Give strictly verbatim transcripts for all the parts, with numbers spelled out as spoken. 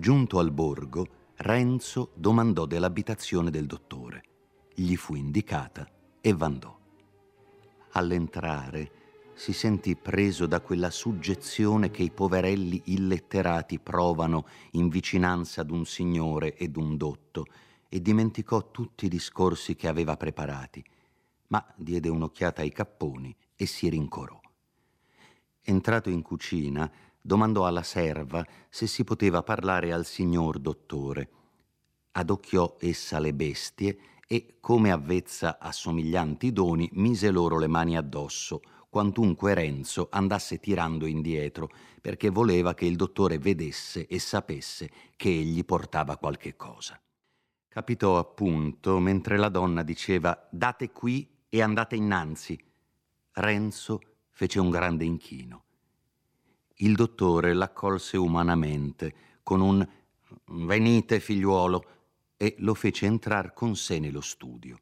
Giunto al borgo, Renzo domandò dell'abitazione del dottore. Gli fu indicata e v'andò. All'entrare si sentì preso da quella suggezione che i poverelli illetterati provano in vicinanza d'un signore e d'un dotto, e dimenticò tutti i discorsi che aveva preparati, ma diede un'occhiata ai capponi e si rincorò. Entrato in cucina, domandò alla serva se si poteva parlare al signor dottore. Adocchiò essa le bestie e, come avvezza a somiglianti doni, mise loro le mani addosso, quantunque Renzo andasse tirando indietro, perché voleva che il dottore vedesse e sapesse che egli portava qualche cosa. Capitò appunto mentre la donna diceva «Date qui e andate innanzi». Renzo fece un grande inchino. Il dottore l'accolse umanamente con un «Venite, figliuolo», e lo fece entrar con sé nello studio.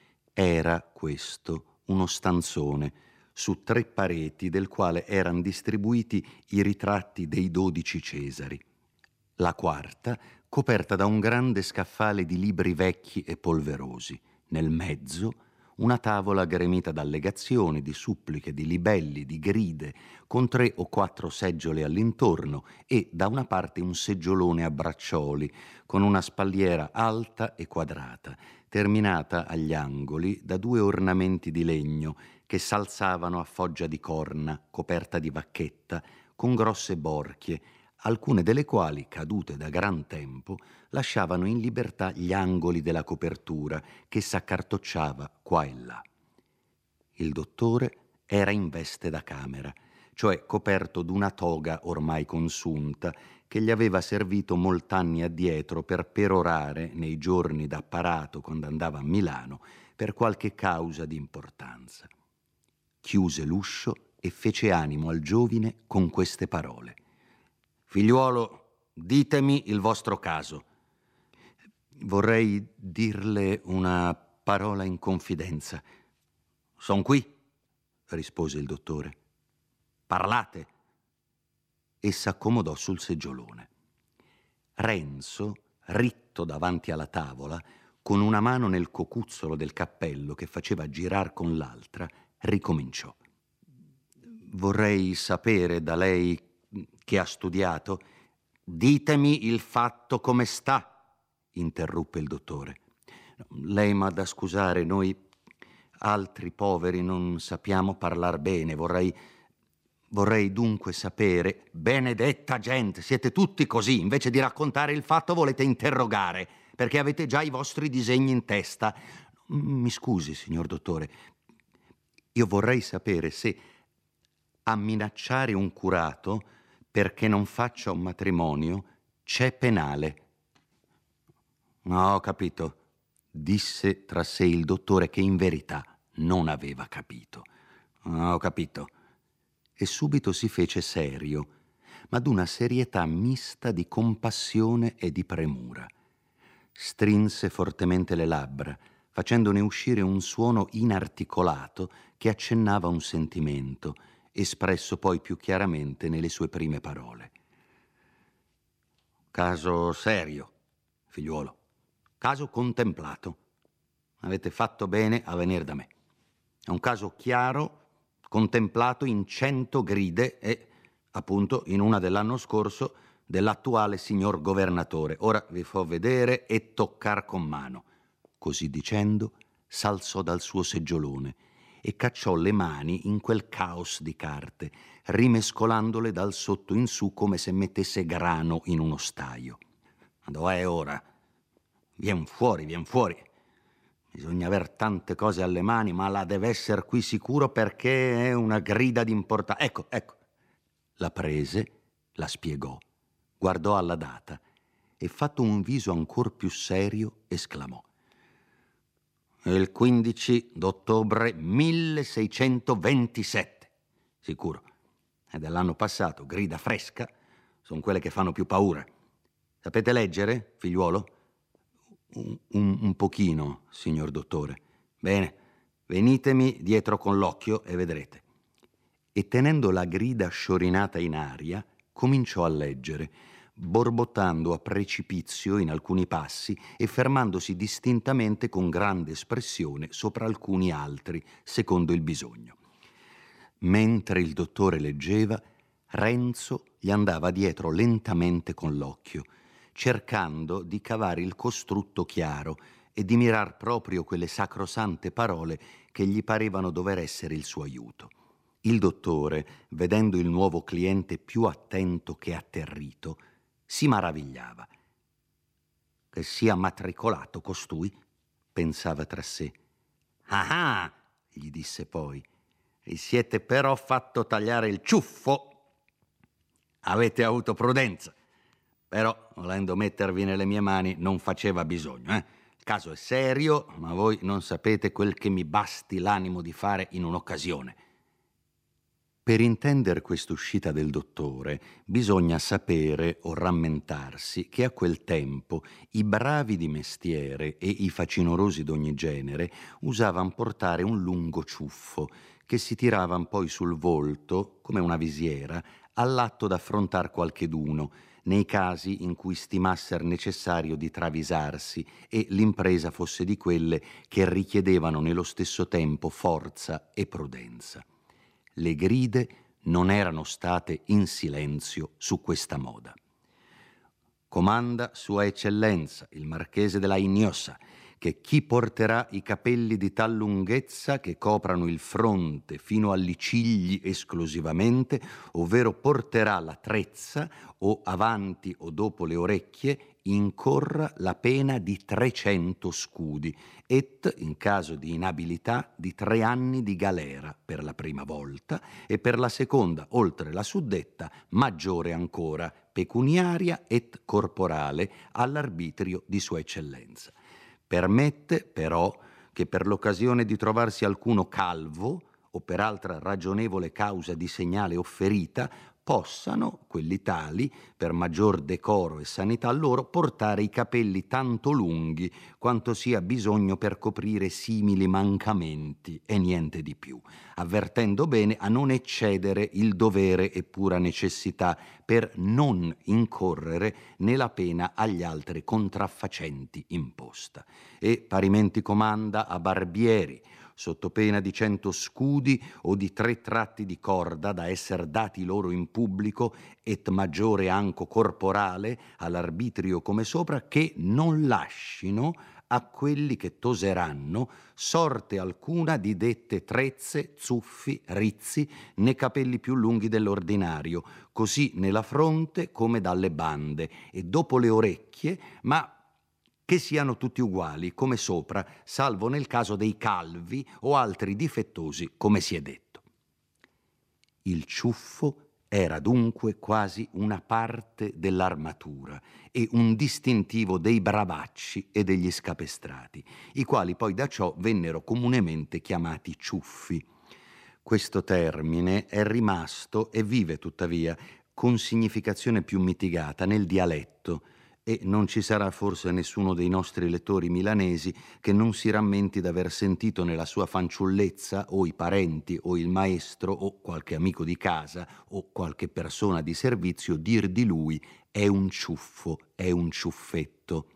Era questo uno stanzone su tre pareti del quale erano distribuiti i ritratti dei dodici Cesari. La quarta coperta da un grande scaffale di libri vecchi e polverosi. Nel mezzo una tavola gremita d'allegazioni, di suppliche, di libelli, di gride, con tre o quattro seggiole all'intorno e da una parte un seggiolone a braccioli, con una spalliera alta e quadrata, terminata agli angoli da due ornamenti di legno che s'alzavano a foggia di corna, coperta di vacchetta, con grosse borchie, alcune delle quali, cadute da gran tempo, lasciavano in libertà gli angoli della copertura che s'accartocciava qua e là. Il dottore era in veste da camera, cioè coperto d'una toga ormai consunta che gli aveva servito molt'anni addietro per perorare nei giorni d'apparato quando andava a Milano per qualche causa di importanza. Chiuse l'uscio e fece animo al giovine con queste parole: «Figliuolo, ditemi il vostro caso». «Vorrei dirle una parola in confidenza». «Son qui», rispose il dottore. «Parlate». E s'accomodò sul seggiolone. Renzo, ritto davanti alla tavola, con una mano nel cocuzzolo del cappello che faceva girar con l'altra, ricominciò. «Vorrei sapere da lei che ha studiato». «Ditemi il fatto come sta», interruppe il dottore. «Lei m'ha da scusare, noi altri poveri non sappiamo parlar bene. Vorrei vorrei dunque sapere». «Benedetta gente, siete tutti così, invece di raccontare il fatto volete interrogare, perché avete già i vostri disegni in testa». «Mi scusi, signor dottore, io vorrei sapere se a minacciare un curato perché non faccia un matrimonio c'è penale». «No, ho capito», disse tra sé il dottore, che in verità non aveva capito. «No, ho capito». E subito si fece serio, ma d'una serietà mista di compassione e di premura. Strinse fortemente le labbra, facendone uscire un suono inarticolato che accennava un sentimento, espresso poi più chiaramente nelle sue prime parole. «Caso serio, figliuolo, caso contemplato. Avete fatto bene a venire da me. È un caso chiaro, contemplato in cento gride e, appunto, in una dell'anno scorso dell'attuale signor governatore. Ora vi fo vedere e toccar con mano». Così dicendo, s'alzò dal suo seggiolone e cacciò le mani in quel caos di carte, rimescolandole dal sotto in su come se mettesse grano in uno staio. «Dov'è ora? Vien fuori, vien fuori. Bisogna aver tante cose alle mani, ma la deve esser qui sicuro perché è una grida d'importanza. Ecco, ecco». La prese, la spiegò, guardò alla data e, fatto un viso ancor più serio, esclamò: «Il quindici d'ottobre milleseicentoventisette. Sicuro. È dell'anno passato, grida fresca, sono quelle che fanno più paura. Sapete leggere, figliuolo?» Un, un, un pochino, signor dottore». «Bene, venitemi dietro con l'occhio e vedrete». E tenendo la grida sciorinata in aria, cominciò a leggere: borbottando a precipizio in alcuni passi e fermandosi distintamente con grande espressione sopra alcuni altri, secondo il bisogno. Mentre il dottore leggeva, Renzo gli andava dietro lentamente con l'occhio, cercando di cavare il costrutto chiaro e di mirar proprio quelle sacrosante parole che gli parevano dover essere il suo aiuto. Il dottore, vedendo il nuovo cliente più attento che atterrito, si maravigliava. Che sia matricolato costui, pensava tra sé. Ah ah, gli disse poi, vi siete però fatto tagliare il ciuffo. Avete avuto prudenza, però volendo mettervi nelle mie mani non faceva bisogno, eh? Il caso è serio, ma voi non sapete quel che mi basti l'animo di fare in un'occasione. Per intendere quest'uscita del dottore bisogna sapere o rammentarsi che a quel tempo i bravi di mestiere e i facinorosi d'ogni genere usavan portare un lungo ciuffo che si tiravan poi sul volto come una visiera all'atto d'affrontar qualcheduno nei casi in cui stimasser necessario di travisarsi e l'impresa fosse di quelle che richiedevano nello stesso tempo forza e prudenza. Le gride non erano state in silenzio su questa moda. Comanda Sua Eccellenza, il Marchese della Ignosa, che chi porterà i capelli di tal lunghezza che coprano il fronte fino agli cigli esclusivamente, ovvero porterà la trezza o avanti o dopo le orecchie, incorra la pena di trecento scudi et, in caso di inabilità, di tre anni di galera per la prima volta e per la seconda, oltre la suddetta, maggiore ancora, pecuniaria et corporale all'arbitrio di Sua Eccellenza. Permette, però, che per l'occasione di trovarsi alcuno calvo o per altra ragionevole causa di segnale offerita, possano, quelli tali, per maggior decoro e sanità loro, portare i capelli tanto lunghi quanto sia bisogno per coprire simili mancamenti e niente di più, avvertendo bene a non eccedere il dovere e pura necessità per non incorrere nella pena agli altri contraffacenti imposta. E parimenti comanda a barbieri, sotto pena di cento scudi o di tre tratti di corda da esser dati loro in pubblico et maggiore anco corporale all'arbitrio come sopra, che non lascino a quelli che toseranno sorte alcuna di dette trezze, zuffi, rizzi, né capelli più lunghi dell'ordinario, così nella fronte come dalle bande e dopo le orecchie, ma che siano tutti uguali, come sopra, salvo nel caso dei calvi o altri difettosi, come si è detto. Il ciuffo era dunque quasi una parte dell'armatura e un distintivo dei bravacci e degli scapestrati, i quali poi da ciò vennero comunemente chiamati ciuffi. Questo termine è rimasto e vive tuttavia con significazione più mitigata nel dialetto, e non ci sarà forse nessuno dei nostri lettori milanesi che non si rammenti d'aver sentito nella sua fanciullezza o i parenti o il maestro o qualche amico di casa o qualche persona di servizio dir di lui è un ciuffo, è un ciuffetto.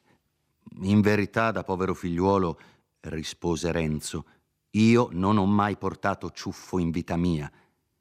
In verità, da povero figliuolo, rispose Renzo, io non ho mai portato ciuffo in vita mia.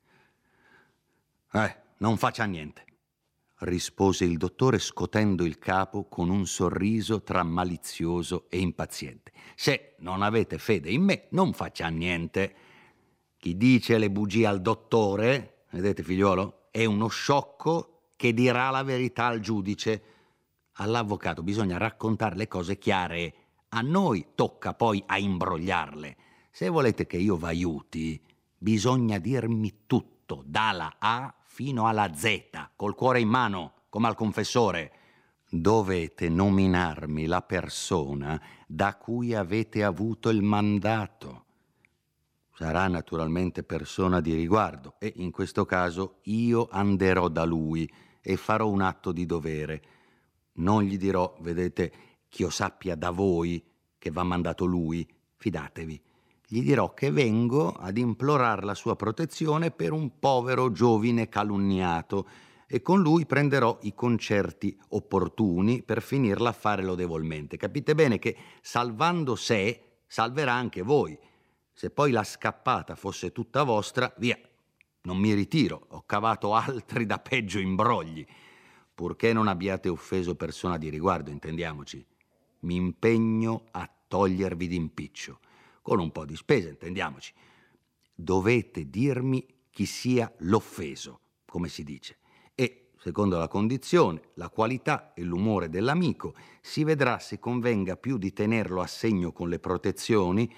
Eh, non faccia niente, rispose il dottore scotendo il capo con un sorriso tra malizioso e impaziente. Se non avete fede in me, non faccia niente. Chi dice le bugie al dottore, vedete figliuolo, è uno sciocco che dirà la verità al giudice. All'avvocato bisogna raccontare le cose chiare, a noi tocca poi a imbrogliarle. Se volete che io v'aiuti, bisogna dirmi tutto, dalla A fino alla Z, col cuore in mano, come al confessore. Dovete nominarmi la persona da cui avete avuto il mandato. Sarà naturalmente persona di riguardo e in questo caso io anderò da lui e farò un atto di dovere. Non gli dirò, vedete, ch'io sappia da voi che v'ha mandato lui, fidatevi. Gli dirò che vengo ad implorar la sua protezione per un povero giovine calunniato e con lui prenderò i concerti opportuni per finirla a fare lodevolmente. Capite bene che salvando sé, salverà anche voi. Se poi la scappata fosse tutta vostra, via, non mi ritiro, ho cavato altri da peggio imbrogli. Purché non abbiate offeso persona di riguardo, intendiamoci. Mi impegno a togliervi d'impiccio, con un po' di spesa, intendiamoci. Dovete dirmi chi sia l'offeso, come si dice, e, secondo la condizione, la qualità e l'umore dell'amico, si vedrà se convenga più di tenerlo a segno con le protezioni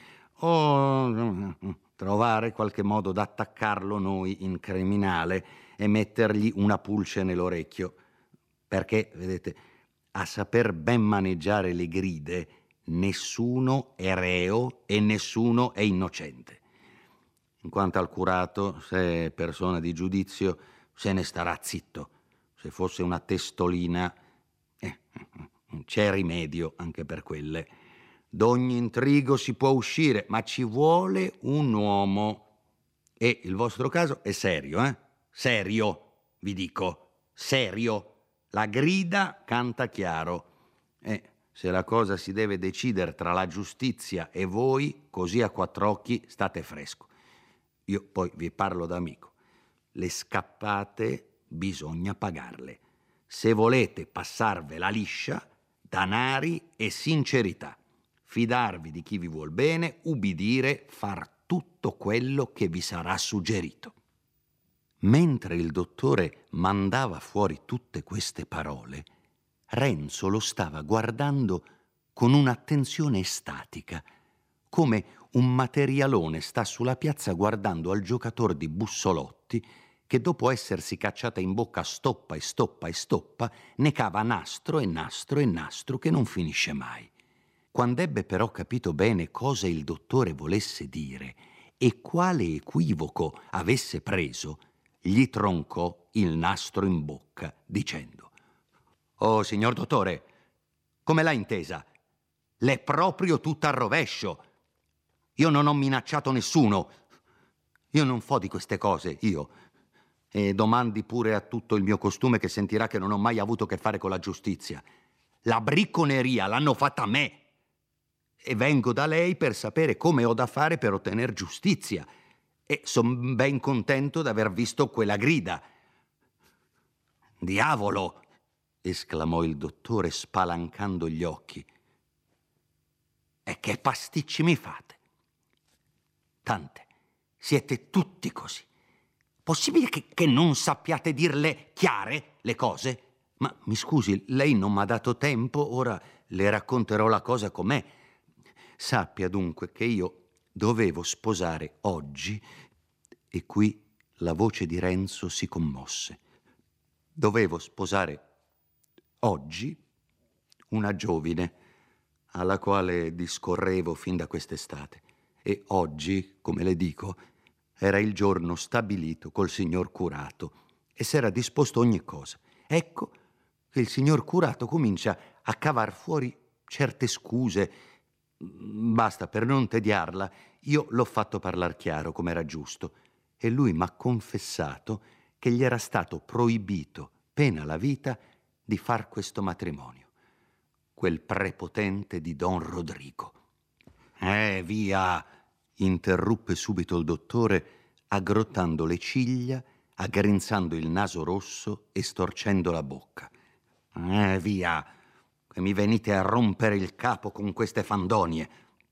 o trovare qualche modo d'attaccarlo noi in criminale e mettergli una pulce nell'orecchio. Perché, vedete, a saper ben maneggiare le gride, nessuno è reo e nessuno è innocente. In quanto al curato, se è persona di giudizio, se ne starà zitto. Se fosse una testolina, eh, c'è rimedio anche per quelle. D'ogni intrigo si può uscire, ma ci vuole un uomo. E il vostro caso è serio, eh? Serio, vi dico, serio. La grida canta chiaro. E se la cosa si deve decidere tra la giustizia e voi, così a quattro occhi state fresco. Io poi vi parlo da amico. Le scappate bisogna pagarle. Se volete passarvela liscia, danari e sincerità. Fidarvi di chi vi vuol bene, ubbidire, far tutto quello che vi sarà suggerito. Mentre il dottore mandava fuori tutte queste parole, Renzo lo stava guardando con un'attenzione estatica, come un materialone sta sulla piazza guardando al giocatore di bussolotti che dopo essersi cacciata in bocca stoppa e stoppa e stoppa, ne cava nastro e nastro e nastro che non finisce mai. Quando ebbe però capito bene cosa il dottore volesse dire e quale equivoco avesse preso, gli troncò il nastro in bocca, dicendo: «Oh, signor dottore, come l'ha intesa? L'è proprio tutta al rovescio. Io non ho minacciato nessuno. Io non fo di queste cose, io. E domandi pure a tutto il mio costume che sentirà che non ho mai avuto a che fare con la giustizia. La bricconeria l'hanno fatta a me. E vengo da lei per sapere come ho da fare per ottenere giustizia. E son ben contento d'aver visto quella grida». «Diavolo!» esclamò il dottore spalancando gli occhi. «E che pasticci mi fate? Tante, siete tutti così. Possibile che, che non sappiate dirle chiare le cose? Ma mi scusi, lei non m'ha dato tempo, ora le racconterò la cosa com'è. Sappia dunque che io dovevo sposare oggi», e qui la voce di Renzo si commosse. «Dovevo sposare oggi una giovine alla quale discorrevo fin da quest'estate, e oggi, come le dico, era il giorno stabilito col signor curato e s'era disposto ogni cosa. Ecco che il signor curato comincia a cavar fuori certe scuse. Basta, per non tediarla, io l'ho fatto parlar chiaro come era giusto, e lui m'ha confessato che gli era stato proibito, pena la vita, di far questo matrimonio. Quel prepotente di Don Rodrigo. Eh, via!» interruppe subito il dottore, aggrottando le ciglia, aggrinzando il naso rosso e storcendo la bocca. «Eh, via! Che mi venite a rompere il capo con queste fandonie.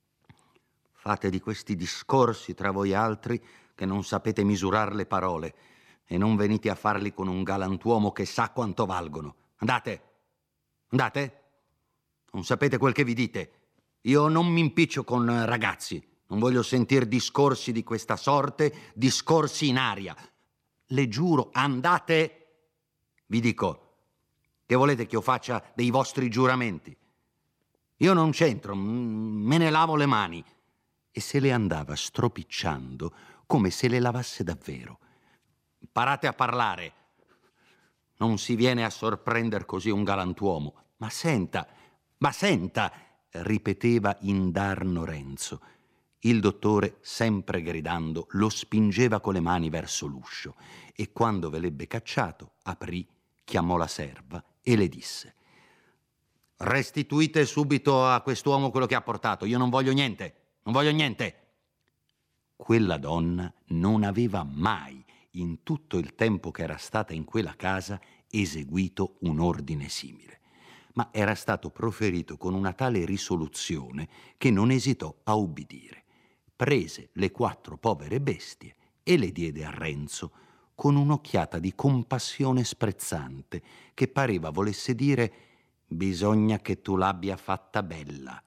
Fate di questi discorsi tra voi altri che non sapete misurar le parole e non venite a farli con un galantuomo che sa quanto valgono. Andate! Andate! Non sapete quel che vi dite. Io non mi impiccio con ragazzi. Non voglio sentir discorsi di questa sorte, discorsi in aria. Le giuro, andate! Vi dico, che volete che io faccia dei vostri giuramenti? Io non c'entro, me ne lavo le mani». E se le andava stropicciando come se le lavasse davvero. «Imparate a parlare. Non si viene a sorprender così un galantuomo. Ma senta, ma senta!» ripeteva indarno Renzo. Il dottore, sempre gridando, lo spingeva con le mani verso l'uscio e quando ve l'ebbe cacciato, aprì, chiamò la serva e le disse: «Restituite subito a quest'uomo quello che ha portato, io non voglio niente, non voglio niente». Quella donna non aveva mai, in tutto il tempo che era stata in quella casa, eseguito un ordine simile, ma era stato proferito con una tale risoluzione che non esitò a ubbidire. Prese le quattro povere bestie e le diede a Renzo con un'occhiata di compassione sprezzante che pareva volesse dire: «Bisogna che tu l'abbia fatta bella».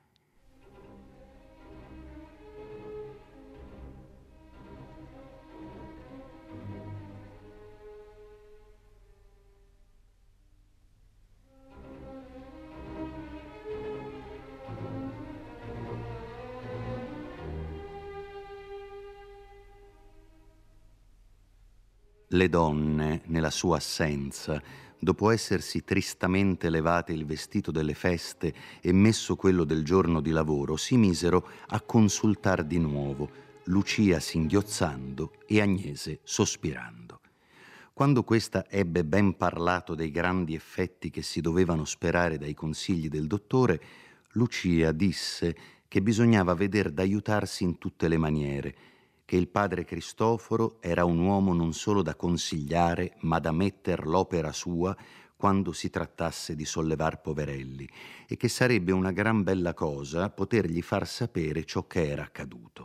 Le donne, nella sua assenza, dopo essersi tristamente levate il vestito delle feste e messo quello del giorno di lavoro, si misero a consultar di nuovo, Lucia singhiozzando e Agnese sospirando. Quando questa ebbe ben parlato dei grandi effetti che si dovevano sperare dai consigli del dottore, Lucia disse che bisognava veder d'aiutarsi in tutte le maniere, che il padre Cristoforo era un uomo non solo da consigliare, ma da metter l'opera sua quando si trattasse di sollevar poverelli, e che sarebbe una gran bella cosa potergli far sapere ciò che era accaduto.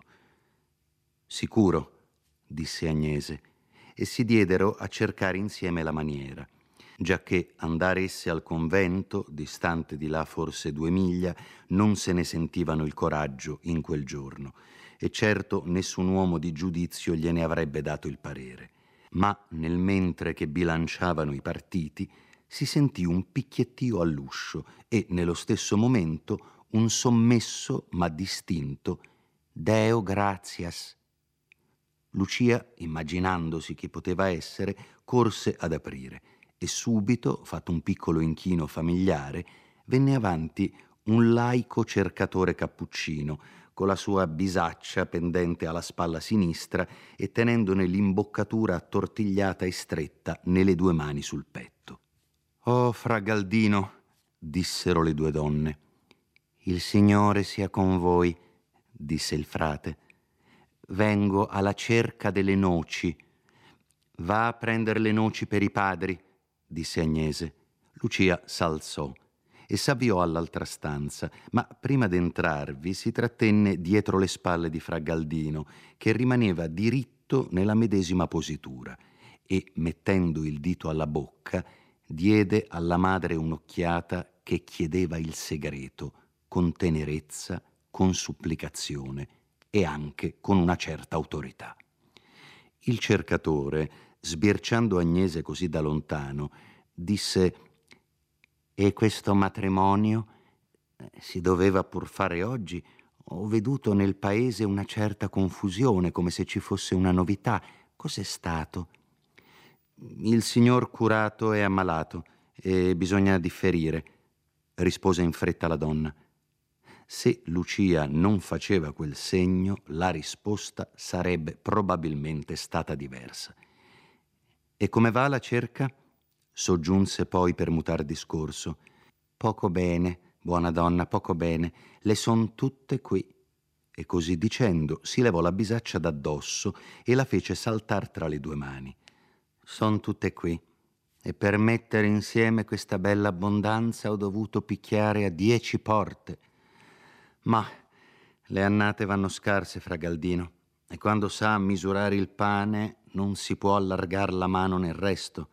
«Sicuro», disse Agnese, e si diedero a cercare insieme la maniera, giacché andare esse al convento, distante di là forse due miglia, non se ne sentivano il coraggio in quel giorno, e certo nessun uomo di giudizio gliene avrebbe dato il parere. Ma nel mentre che bilanciavano i partiti si sentì un picchiettio all'uscio e nello stesso momento un sommesso ma distinto «Deo gratias». Lucia, immaginandosi chi poteva essere, corse ad aprire e subito, fatto un piccolo inchino familiare, venne avanti un laico cercatore cappuccino, con la sua bisaccia pendente alla spalla sinistra e tenendone l'imboccatura attortigliata e stretta nelle due mani sul petto. «Oh, fra Galdino», dissero le due donne. «Il Signore sia con voi», disse il frate. «Vengo alla cerca delle noci». «Va a prendere le noci per i padri», disse Agnese. Lucia s'alzò e s'avviò all'altra stanza, ma prima d'entrarvi si trattenne dietro le spalle di fra Galdino, che rimaneva diritto nella medesima positura, e, mettendo il dito alla bocca, diede alla madre un'occhiata che chiedeva il segreto, con tenerezza, con supplicazione e anche con una certa autorità. Il cercatore, sbirciando Agnese così da lontano, disse: «E questo matrimonio si doveva pur fare oggi? Ho veduto nel paese una certa confusione, come se ci fosse una novità. Cos'è stato?» «Il signor curato è ammalato e bisogna differire», rispose in fretta la donna. Se Lucia non faceva quel segno, la risposta sarebbe probabilmente stata diversa. «E come va la cerca?» soggiunse poi per mutar discorso. «Poco bene, buona donna, poco bene. Le son tutte qui». E così dicendo si levò la bisaccia d'addosso e la fece saltar tra le due mani. «Son tutte qui. E per mettere insieme questa bella abbondanza ho dovuto picchiare a dieci porte. Ma le annate vanno scarse, fra Galdino, e quando sa misurare il pane non si può allargar la mano nel resto.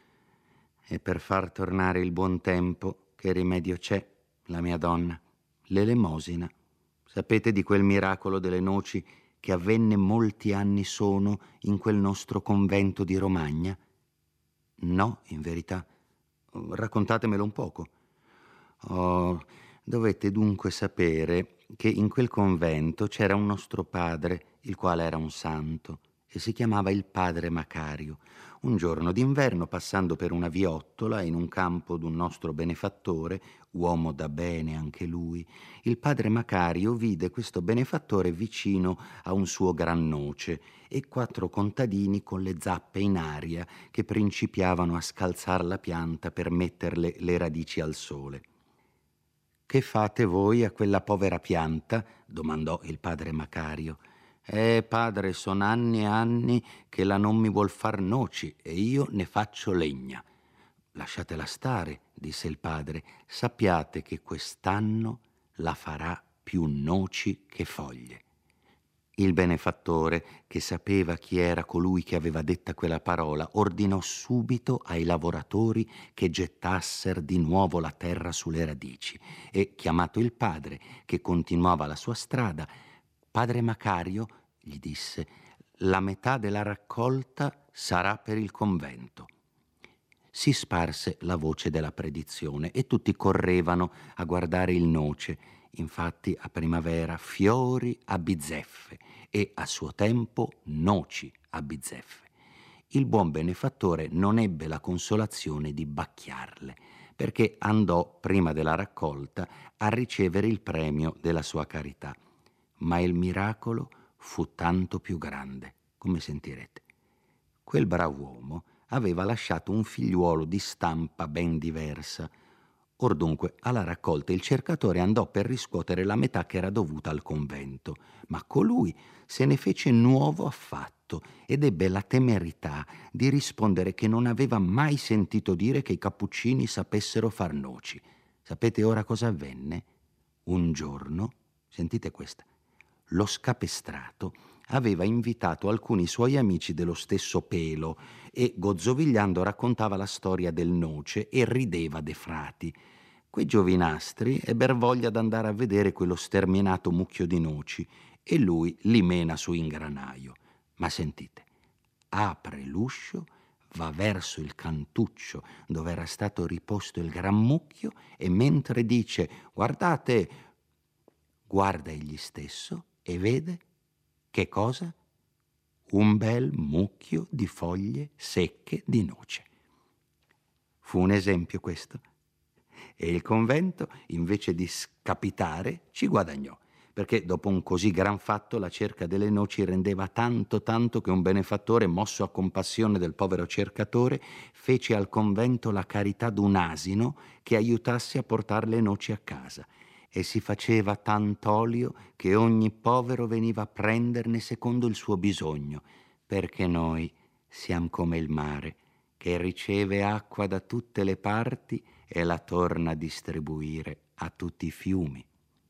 E per far tornare il buon tempo, che rimedio c'è, la mia donna? L'elemosina. Sapete di quel miracolo delle noci che avvenne molti anni sono in quel nostro convento di Romagna?» «No, in verità. Raccontatemelo un poco». «Oh, dovete dunque sapere che in quel convento c'era un nostro padre, il quale era un santo, e si chiamava il padre Macario. Un giorno d'inverno, passando per una viottola in un campo d'un nostro benefattore, uomo da bene anche lui, il padre Macario vide questo benefattore vicino a un suo gran noce e quattro contadini con le zappe in aria che principiavano a scalzar la pianta per metterle le radici al sole. «Che fate voi a quella povera pianta?» domandò il padre Macario. «Eh, padre, son anni e anni che la non mi vuol far noci e io ne faccio legna». «Lasciatela stare», disse il padre, «sappiate che quest'anno la farà più noci che foglie». Il benefattore, che sapeva chi era colui che aveva detta quella parola, ordinò subito ai lavoratori che gettasser di nuovo la terra sulle radici e, chiamato il padre, che continuava la sua strada, «Padre Macario», gli disse, «la metà della raccolta sarà per il convento». Si sparse la voce della predizione e tutti correvano a guardare il noce. Infatti a primavera fiori a bizzeffe e a suo tempo noci a bizzeffe. Il buon benefattore non ebbe la consolazione di bacchiarle, perché andò prima della raccolta a ricevere il premio della sua carità. Ma il miracolo fu tanto più grande, come sentirete. Quel brav'uomo aveva lasciato un figliuolo di stampa ben diversa. Or dunque, alla raccolta il cercatore andò per riscuotere la metà che era dovuta al convento, ma colui se ne fece nuovo affatto ed ebbe la temerità di rispondere che non aveva mai sentito dire che i cappuccini sapessero far noci. Sapete ora cosa avvenne? Un giorno, sentite questa, lo scapestrato aveva invitato alcuni suoi amici dello stesso pelo e, gozzovigliando, raccontava la storia del noce e rideva de frati. Quei giovinastri ebber voglia d'andare a vedere quello sterminato mucchio di noci e lui li mena su in granaio. Ma sentite, apre l'uscio, va verso il cantuccio dove era stato riposto il gran mucchio e mentre dice «Guardate», guarda egli stesso e vede che cosa? Un bel mucchio di foglie secche di noce. Fu un esempio questo. E il convento, invece di scapitare, ci guadagnò, perché dopo un così gran fatto la cerca delle noci rendeva tanto tanto che un benefattore, mosso a compassione del povero cercatore, fece al convento la carità d'un asino che aiutasse a portare le noci a casa. E si faceva tant'olio che ogni povero veniva a prenderne secondo il suo bisogno, perché noi siamo come il mare, che riceve acqua da tutte le parti e la torna a distribuire a tutti i fiumi.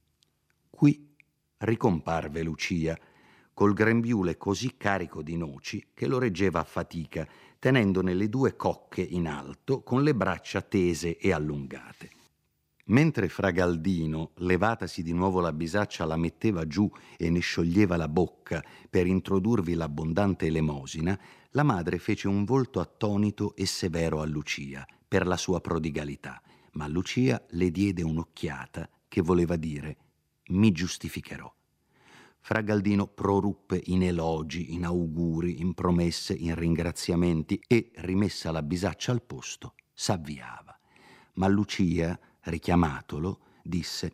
Qui ricomparve Lucia, col grembiule così carico di noci che lo reggeva a fatica, tenendone le due cocche in alto con le braccia tese e allungate. Mentre Fra Galdino, levatasi di nuovo la bisaccia, la metteva giù e ne scioglieva la bocca per introdurvi l'abbondante elemosina, la madre fece un volto attonito e severo a Lucia per la sua prodigalità, ma Lucia le diede un'occhiata che voleva dire «mi giustificherò». Fra Galdino proruppe in elogi, in auguri, in promesse, in ringraziamenti e, rimessa la bisaccia al posto, s'avviava. Ma Lucia, richiamatolo, disse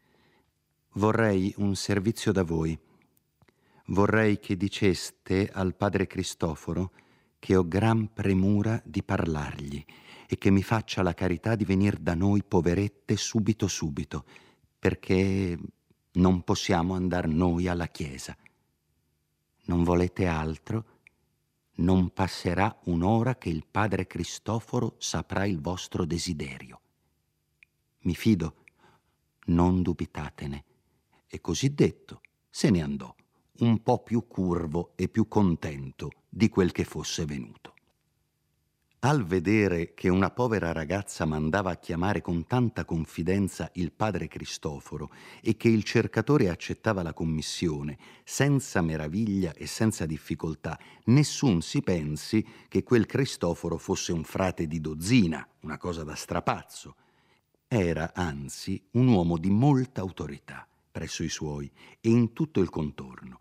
«Vorrei un servizio da voi. Vorrei che diceste al padre Cristoforo che ho gran premura di parlargli e che mi faccia la carità di venir da noi poverette subito subito, perché non possiamo andar noi alla chiesa. Non volete altro? Non passerà un'ora che il padre Cristoforo saprà il vostro desiderio. Mi fido, non dubitatene». E così detto se ne andò, un po' più curvo e più contento di quel che fosse venuto. Al vedere che una povera ragazza mandava a chiamare con tanta confidenza il padre Cristoforo e che il cercatore accettava la commissione senza meraviglia e senza difficoltà, nessun si pensi che quel Cristoforo fosse un frate di dozzina, una cosa da strapazzo. Era anzi un uomo di molta autorità presso i suoi e in tutto il contorno,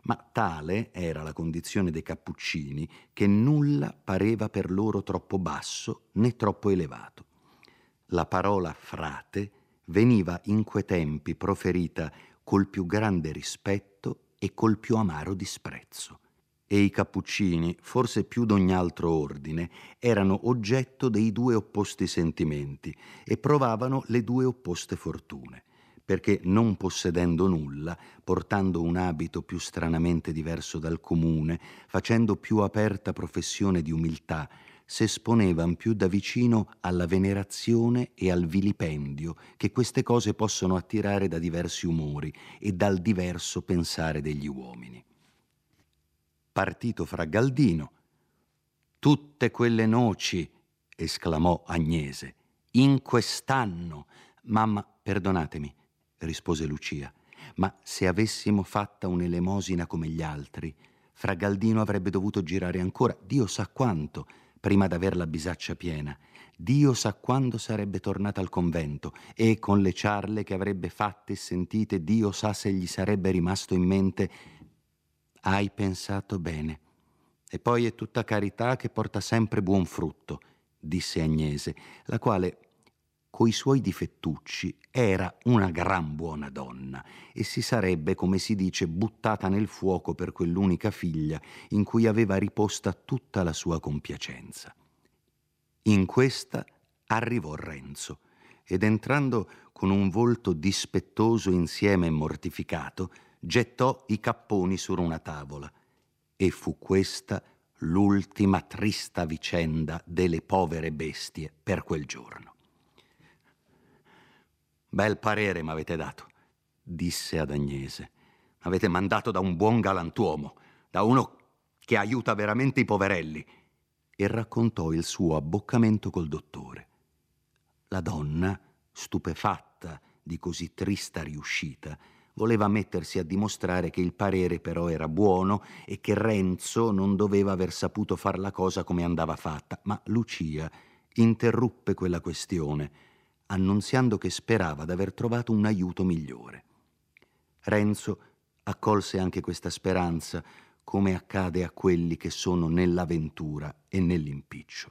Ma tale era la condizione dei Cappuccini che nulla pareva per loro troppo basso né troppo elevato. La parola frate veniva in quei tempi proferita col più grande rispetto e col più amaro disprezzo. E i Cappuccini, forse più d'ogni altro ordine, erano oggetto dei due opposti sentimenti e provavano le due opposte fortune, perché non possedendo nulla, portando un abito più stranamente diverso dal comune, facendo più aperta professione di umiltà, s'esponevan più da vicino alla venerazione e al vilipendio che queste cose possono attirare da diversi umori e dal diverso pensare degli uomini. Partito fra Galdino, tutte quelle noci, esclamò Agnese, in quest'anno. Mamma, perdonatemi, rispose Lucia, ma se avessimo fatta un'elemosina come gli altri, fra Galdino avrebbe dovuto girare ancora, Dio sa quanto, prima d'aver la bisaccia piena. Dio sa quando sarebbe tornata al convento e con le ciarle che avrebbe fatte e sentite, Dio sa se gli sarebbe rimasto in mente. Hai pensato bene. E poi è tutta carità che porta sempre buon frutto, disse Agnese, la quale, coi suoi difettucci, era una gran buona donna e si sarebbe, come si dice, buttata nel fuoco per quell'unica figlia in cui aveva riposta tutta la sua compiacenza. In questa arrivò Renzo ed entrando con un volto dispettoso insieme e mortificato, gettò i capponi su una tavola e fu questa l'ultima trista vicenda delle povere bestie per quel giorno. Bel parere m'avete dato, disse ad Agnese. M'avete mandato da un buon galantuomo, da uno che aiuta veramente i poverelli. E raccontò il suo abboccamento col dottore. La donna, stupefatta di così trista riuscita, voleva mettersi a dimostrare che il parere però era buono e che Renzo non doveva aver saputo far la cosa come andava fatta, ma Lucia interruppe quella questione, annunziando che sperava d'aver trovato un aiuto migliore. Renzo accolse anche questa speranza, come accade a quelli che sono nell'avventura e nell'impiccio.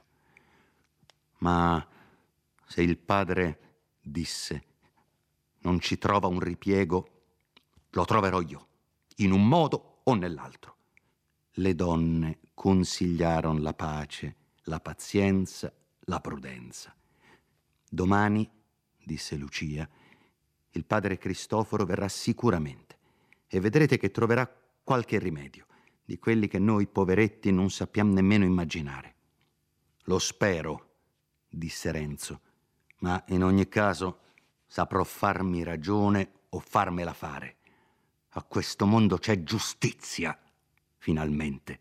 Ma se il padre, disse, non ci trova un ripiego, lo troverò io, in un modo o nell'altro. Le donne consigliarono la pace, la pazienza, la prudenza. Domani, disse Lucia, il padre Cristoforo verrà sicuramente e vedrete che troverà qualche rimedio di quelli che noi poveretti non sappiamo nemmeno immaginare. Lo spero, disse Renzo, ma in ogni caso saprò farmi ragione o farmela fare. A questo mondo c'è giustizia, finalmente.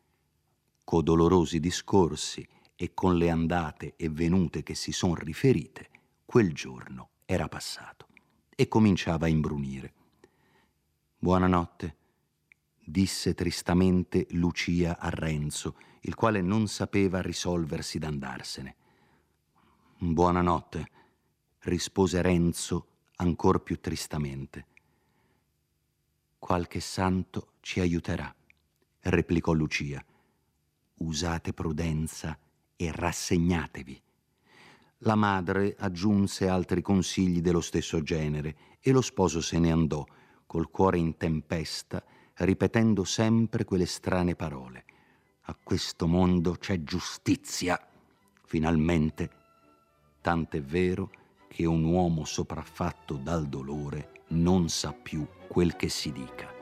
Co dolorosi discorsi e con le andate e venute che si son riferite, quel giorno era passato e cominciava a imbrunire. Buonanotte, disse tristamente Lucia a Renzo, il quale non sapeva risolversi d'andarsene. Buonanotte, rispose Renzo ancor più tristamente. Qualche santo ci aiuterà, replicò Lucia. Usate prudenza e rassegnatevi. La madre aggiunse altri consigli dello stesso genere e lo sposo se ne andò, col cuore in tempesta, ripetendo sempre quelle strane parole. A questo mondo c'è giustizia, finalmente. Tant'è vero che un uomo sopraffatto dal dolore non sa più quel che si dica.